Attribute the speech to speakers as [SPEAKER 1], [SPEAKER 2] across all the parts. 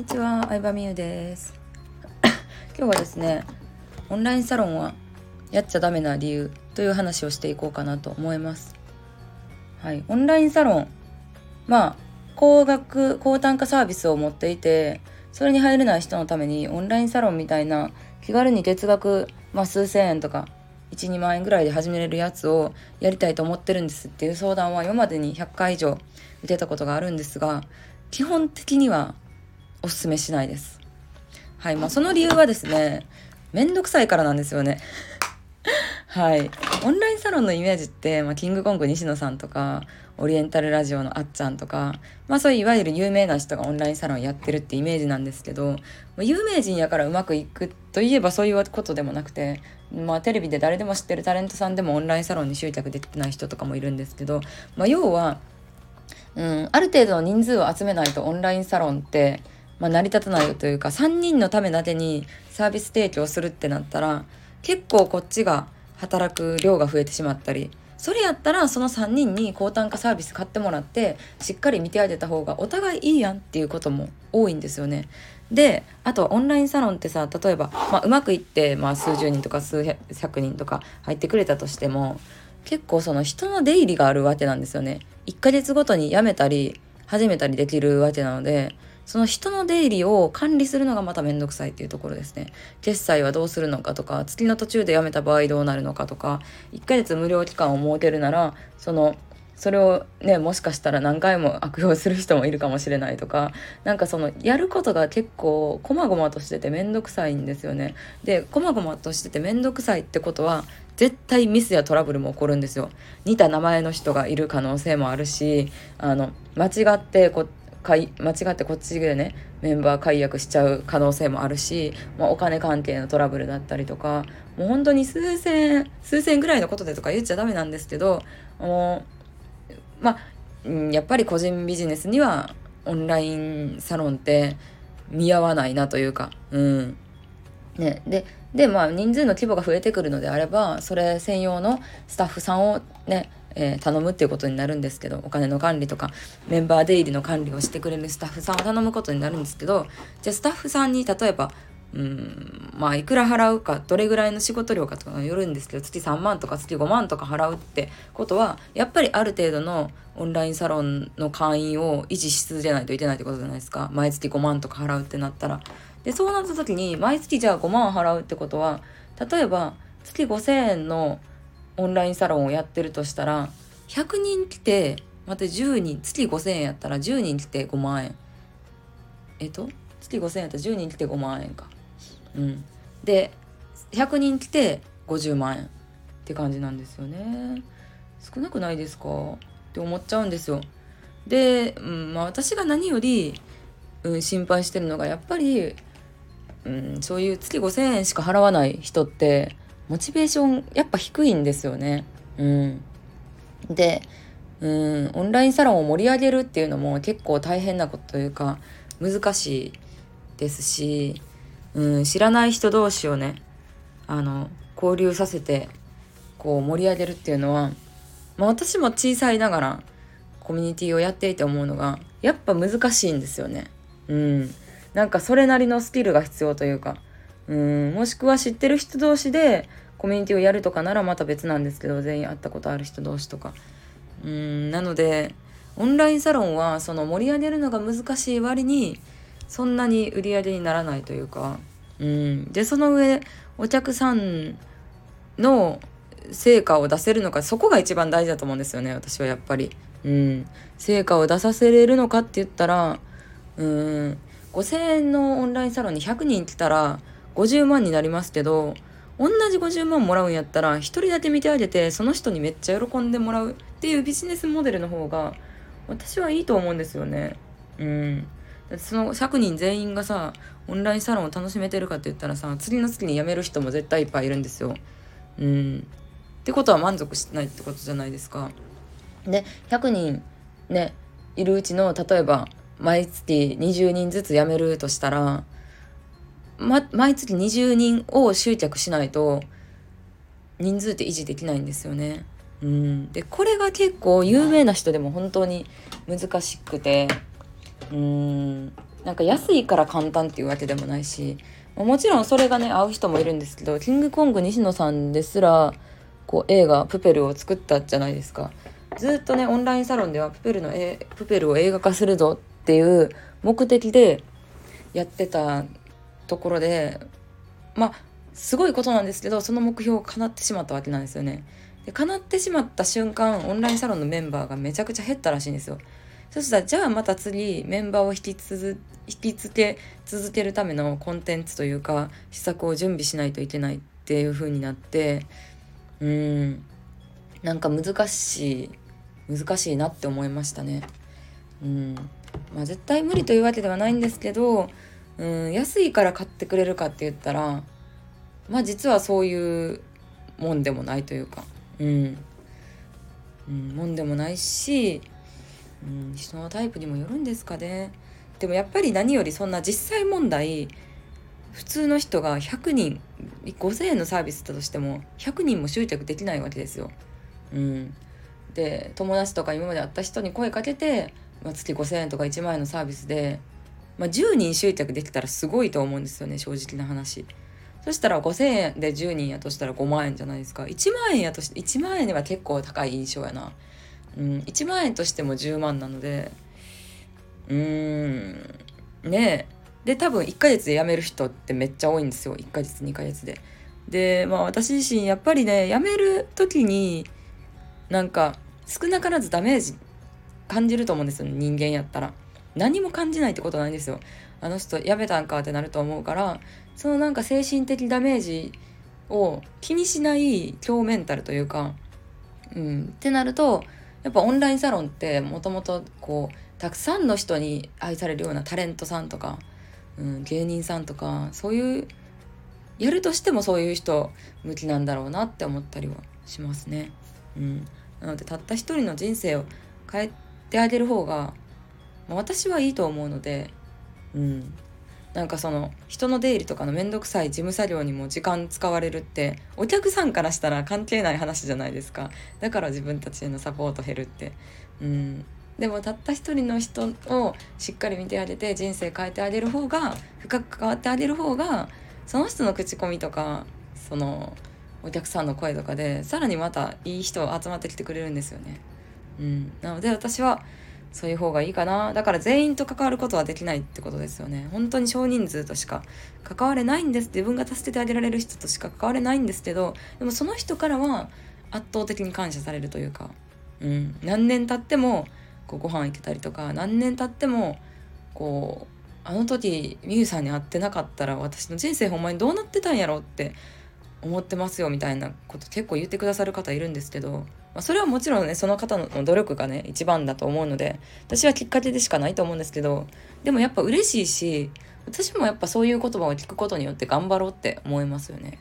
[SPEAKER 1] にちは、相葉美優です今日はですね、オンラインサロンはやっちゃダメな理由という話をしていこうかなと思います。はい、オンラインサロン、高単価サービスを持っていて、それに入れない人のためにオンラインサロンみたいな気軽に月額、数千円とか1、2万円ぐらいで始めれるやつをやりたいと思ってるんですっていう相談は今までに100回以上受けたことがあるんですが、基本的にはおすすめしないです。はい、その理由はですね、めんどくさいからなんですよねはい、オンラインサロンのイメージって、キングコング西野さんとかオリエンタルラジオのあっちゃんとか、そういういわゆる有名な人がオンラインサロンやってるってイメージなんですけど、有名人やからうまくいくといえばそういうことでもなくて、テレビで誰でも知ってるタレントさんでもオンラインサロンに集客できてない人とかもいるんですけど、要は、ある程度の人数を集めないとオンラインサロンって、成り立たないというか、3人のためだけにサービス提供するってなったら、結構こっちが働く量が増えてしまったり、それやったらその3人に高単価サービス買ってもらってしっかり見てあげた方がお互いいいやんっていうことも多いんですよね。で、あとはオンラインサロンってさ、例えば、うまくいって、数十人とか数百人とか入ってくれたとしても、結構その人の出入りがあるわけなんですよね。1ヶ月ごとに辞めたり始めたりできるわけなので、その人の出入りを管理するのがまためんどくさいっていうところですね。決済はどうするのかとか、月の途中で辞めた場合どうなるのかとか、1ヶ月無料期間を設けるなら、それをね、もしかしたら何回も悪用する人もいるかもしれないとか、やることが結構細々としててめんどくさいんですよね。で、細々としててめんどくさいってことは、絶対ミスやトラブルも起こるんですよ。似た名前の人がいる可能性もあるし、間違ってこっちでね、メンバー解約しちゃう可能性もあるし、お金関係のトラブルだったりとか、もう本当に数千ぐらいのことでとか言っちゃダメなんですけど、やっぱり個人ビジネスにはオンラインサロンって見合わないなというか、ね、で人数の規模が増えてくるのであれば、それ専用のスタッフさんをね、頼むっていうことになるんですけど、お金の管理とかメンバー出入りの管理をしてくれるスタッフさんを頼むことになるんですけど、じゃあスタッフさんに例えばいくら払うか、どれぐらいの仕事量かとかによるんですけど、月3万とか月5万とか払うってことは、やっぱりある程度のオンラインサロンの会員を維持し続けないといけないってことじゃないですか。毎月5万とか払うってなったら。で、そうなった時に毎月じゃあ5万払うってことは、例えば月5000円のオンラインサロンをやってるとしたら、100人来て、また10人、月5000円やったら10人来て5万円。月5000円やったら10人来て5万円か。で、100人来て50万円って感じなんですよね。少なくないですかって思っちゃうんですよ。で、私が何より、心配してるのが、やっぱり、そういう月5000円しか払わない人ってモチベーションやっぱ低いんですよね。で、オンラインサロンを盛り上げるっていうのも結構大変なことというか難しいですし、知らない人同士をね、交流させてこう盛り上げるっていうのは、私も小さいながらコミュニティをやっていて思うのが、やっぱ難しいんですよね。それなりのスキルが必要というか、もしくは知ってる人同士でコミュニティをやるとかならまた別なんですけど、全員会ったことある人同士とか、なのでオンラインサロンはその盛り上げるのが難しい割にそんなに売り上げにならないというか、でその上お客さんの成果を出せるのか、そこが一番大事だと思うんですよね、私はやっぱり。成果を出させれるのかって言ったら、5000円のオンラインサロンに100人来たら50万になりますけど、同じ50万もらうんやったら1人だけ見てあげて、その人にめっちゃ喜んでもらうっていうビジネスモデルの方が私はいいと思うんですよね。だってその100人全員がさ、オンラインサロンを楽しめてるかって言ったらさ、次の月に辞める人も絶対いっぱいいるんですよ。ってことは満足してないってことじゃないですか。で、100人ね、いるうちの例えば毎月20人ずつ辞めるとしたら、毎月20人を集客しないと人数って維持できないんですよね。で、これが結構有名な人でも本当に難しくて、 なんか安いから簡単っていうわけでもないし、もちろんそれがね合う人もいるんですけど、キングコング西野さんですらこう映画プペルを作ったじゃないですか。ずっとねオンラインサロンではプペルを映画化するぞっていう目的でやってたところで、まあすごいことなんですけど、その目標が叶ってしまったわけなんですよね。で叶ってしまった瞬間、オンラインサロンのメンバーがめちゃくちゃ減ったらしいんですよ。そしたらじゃあまた次メンバーを引き付け続けるためのコンテンツというか施策を準備しないといけないっていう風になって、なんか難しいなって思いましたね。絶対無理というわけではないんですけど、安いから買ってくれるかって言ったら、実はそういうもんでもないというか、もんでもないし、人のタイプにもよるんですかね。でもやっぱり何よりそんな実際問題、普通の人が100人5000円のサービスだとしても100人も集客できないわけですよ。で友達とか今まで会った人に声かけて、月5000円とか1万円のサービスで、10人集客できたらすごいと思うんですよね、正直な話。そしたら5000円で10人やとしたら5万円じゃないですか。1万円やとして1万円では結構高い印象やな。1万円としても10万なので、ねえ。で多分1ヶ月で辞める人ってめっちゃ多いんですよ。1ヶ月2ヶ月で。で私自身やっぱりね、辞める時になんか少なからずダメージ感じると思うんですよ、人間やったら。何も感じないってことないんですよ。あの人辞めたんかってなると思うから、そのなんか精神的ダメージを気にしない強メンタルというか、ってなるとやっぱオンラインサロンってもともとこうたくさんの人に愛されるようなタレントさんとか、芸人さんとか、そういうやるとしてもそういう人向きなんだろうなって思ったりはしますね。なのでたった一人の人生を変えてあげる方が、私はいいと思うので、なんかその人の出入りとかのめんどくさい事務作業にも時間使われるってお客さんからしたら関係ない話じゃないですか。だから自分たちへのサポート減るって、でもたった一人の人をしっかり見てあげて人生変えてあげる方が、深く関わってあげる方が、その人の口コミとかそのお客さんの声とかでさらにまたいい人集まってきてくれるんですよね。なので私はそういう方がいいかな。だから全員と関わることはできないってことですよね。本当に少人数としか関われないんです。自分が助けてあげられる人としか関われないんですけど、でもその人からは圧倒的に感謝されるというか、何年経ってもこうご飯行けたりとか、何年経ってもこうあの時みゆさんに会ってなかったら私の人生ほんまにどうなってたんやろって思ってますよみたいなこと結構言ってくださる方いるんですけど、それはもちろんねその方の努力がね一番だと思うので、私はきっかけでしかないと思うんですけど、でもやっぱ嬉しいし、私もやっぱそういう言葉を聞くことによって頑張ろうって思いますよね。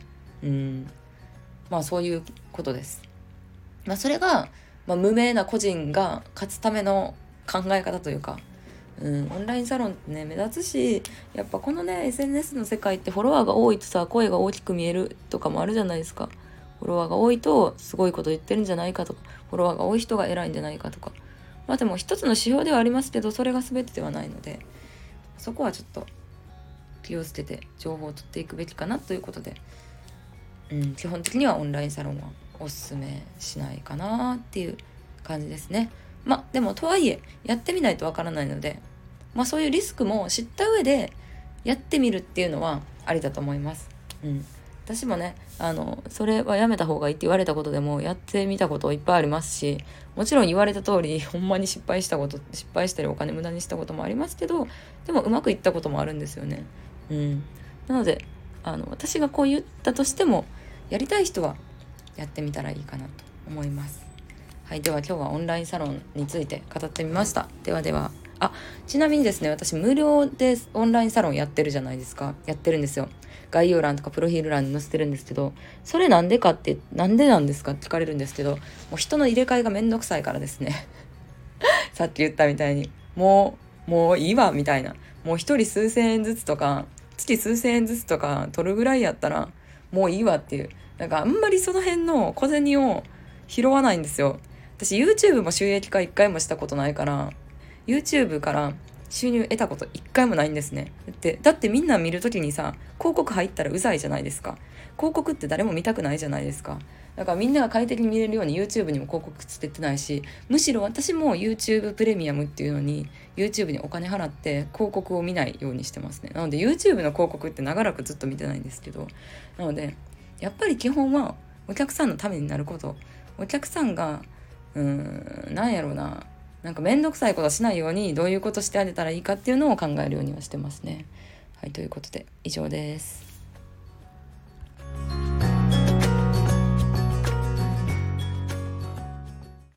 [SPEAKER 1] そういうことです。それが、無名な個人が勝つための考え方というか、オンラインサロンってね目立つし、やっぱこのね SNS の世界ってフォロワーが多いとさ、声が大きく見えるとかもあるじゃないですか。フォロワーが多いとすごいこと言ってるんじゃないかとか、フォロワーが多い人が偉いんじゃないかとか、でも一つの指標ではありますけど、それが全てではないので、そこはちょっと気をつけて情報を取っていくべきかなということで、基本的にはオンラインサロンはおすすめしないかなっていう感じですね。でもとはいえやってみないとわからないので、そういうリスクも知った上でやってみるっていうのはありだと思います。私もねそれはやめた方がいいって言われたことでもやってみたこといっぱいありますし、もちろん言われた通りほんまに失敗したりお金無駄にしたこともありますけど、でもうまくいったこともあるんですよね。なので私がこう言ったとしてもやりたい人はやってみたらいいかなと思います。はい、では今日はオンラインサロンについて語ってみました。ではでは。ちなみにですね、私無料でオンラインサロンやってるじゃないですか。やってるんですよ。概要欄とかプロフィール欄に載せてるんですけど、それなんでなんですかって聞かれるんですけど、もう人の入れ替えがめんどくさいからですねさっき言ったみたいにもういいわみたいな、もう一人数千円ずつとか月数千円ずつとか取るぐらいやったらもういいわっていう、なんかあんまりその辺の小銭を拾わないんですよ。私 YouTube も収益化一回もしたことないから、YouTube から収入得たこと一回もないんですね。だってみんな見るときにさ、広告入ったらうざいじゃないですか。広告って誰も見たくないじゃないですか。だからみんなが快適に見れるように YouTube にも広告つけてないし、むしろ私も YouTube プレミアムっていうのに YouTube にお金払って広告を見ないようにしてますね。なので YouTube の広告って長らくずっと見てないんですけど、なのでやっぱり基本はお客さんのためになること、お客さんがなんやろうな、なんかめんどくさいことしないようにどういうことしてあげたらいいかっていうのを考えるようにはしてますね。はい、ということで以上です。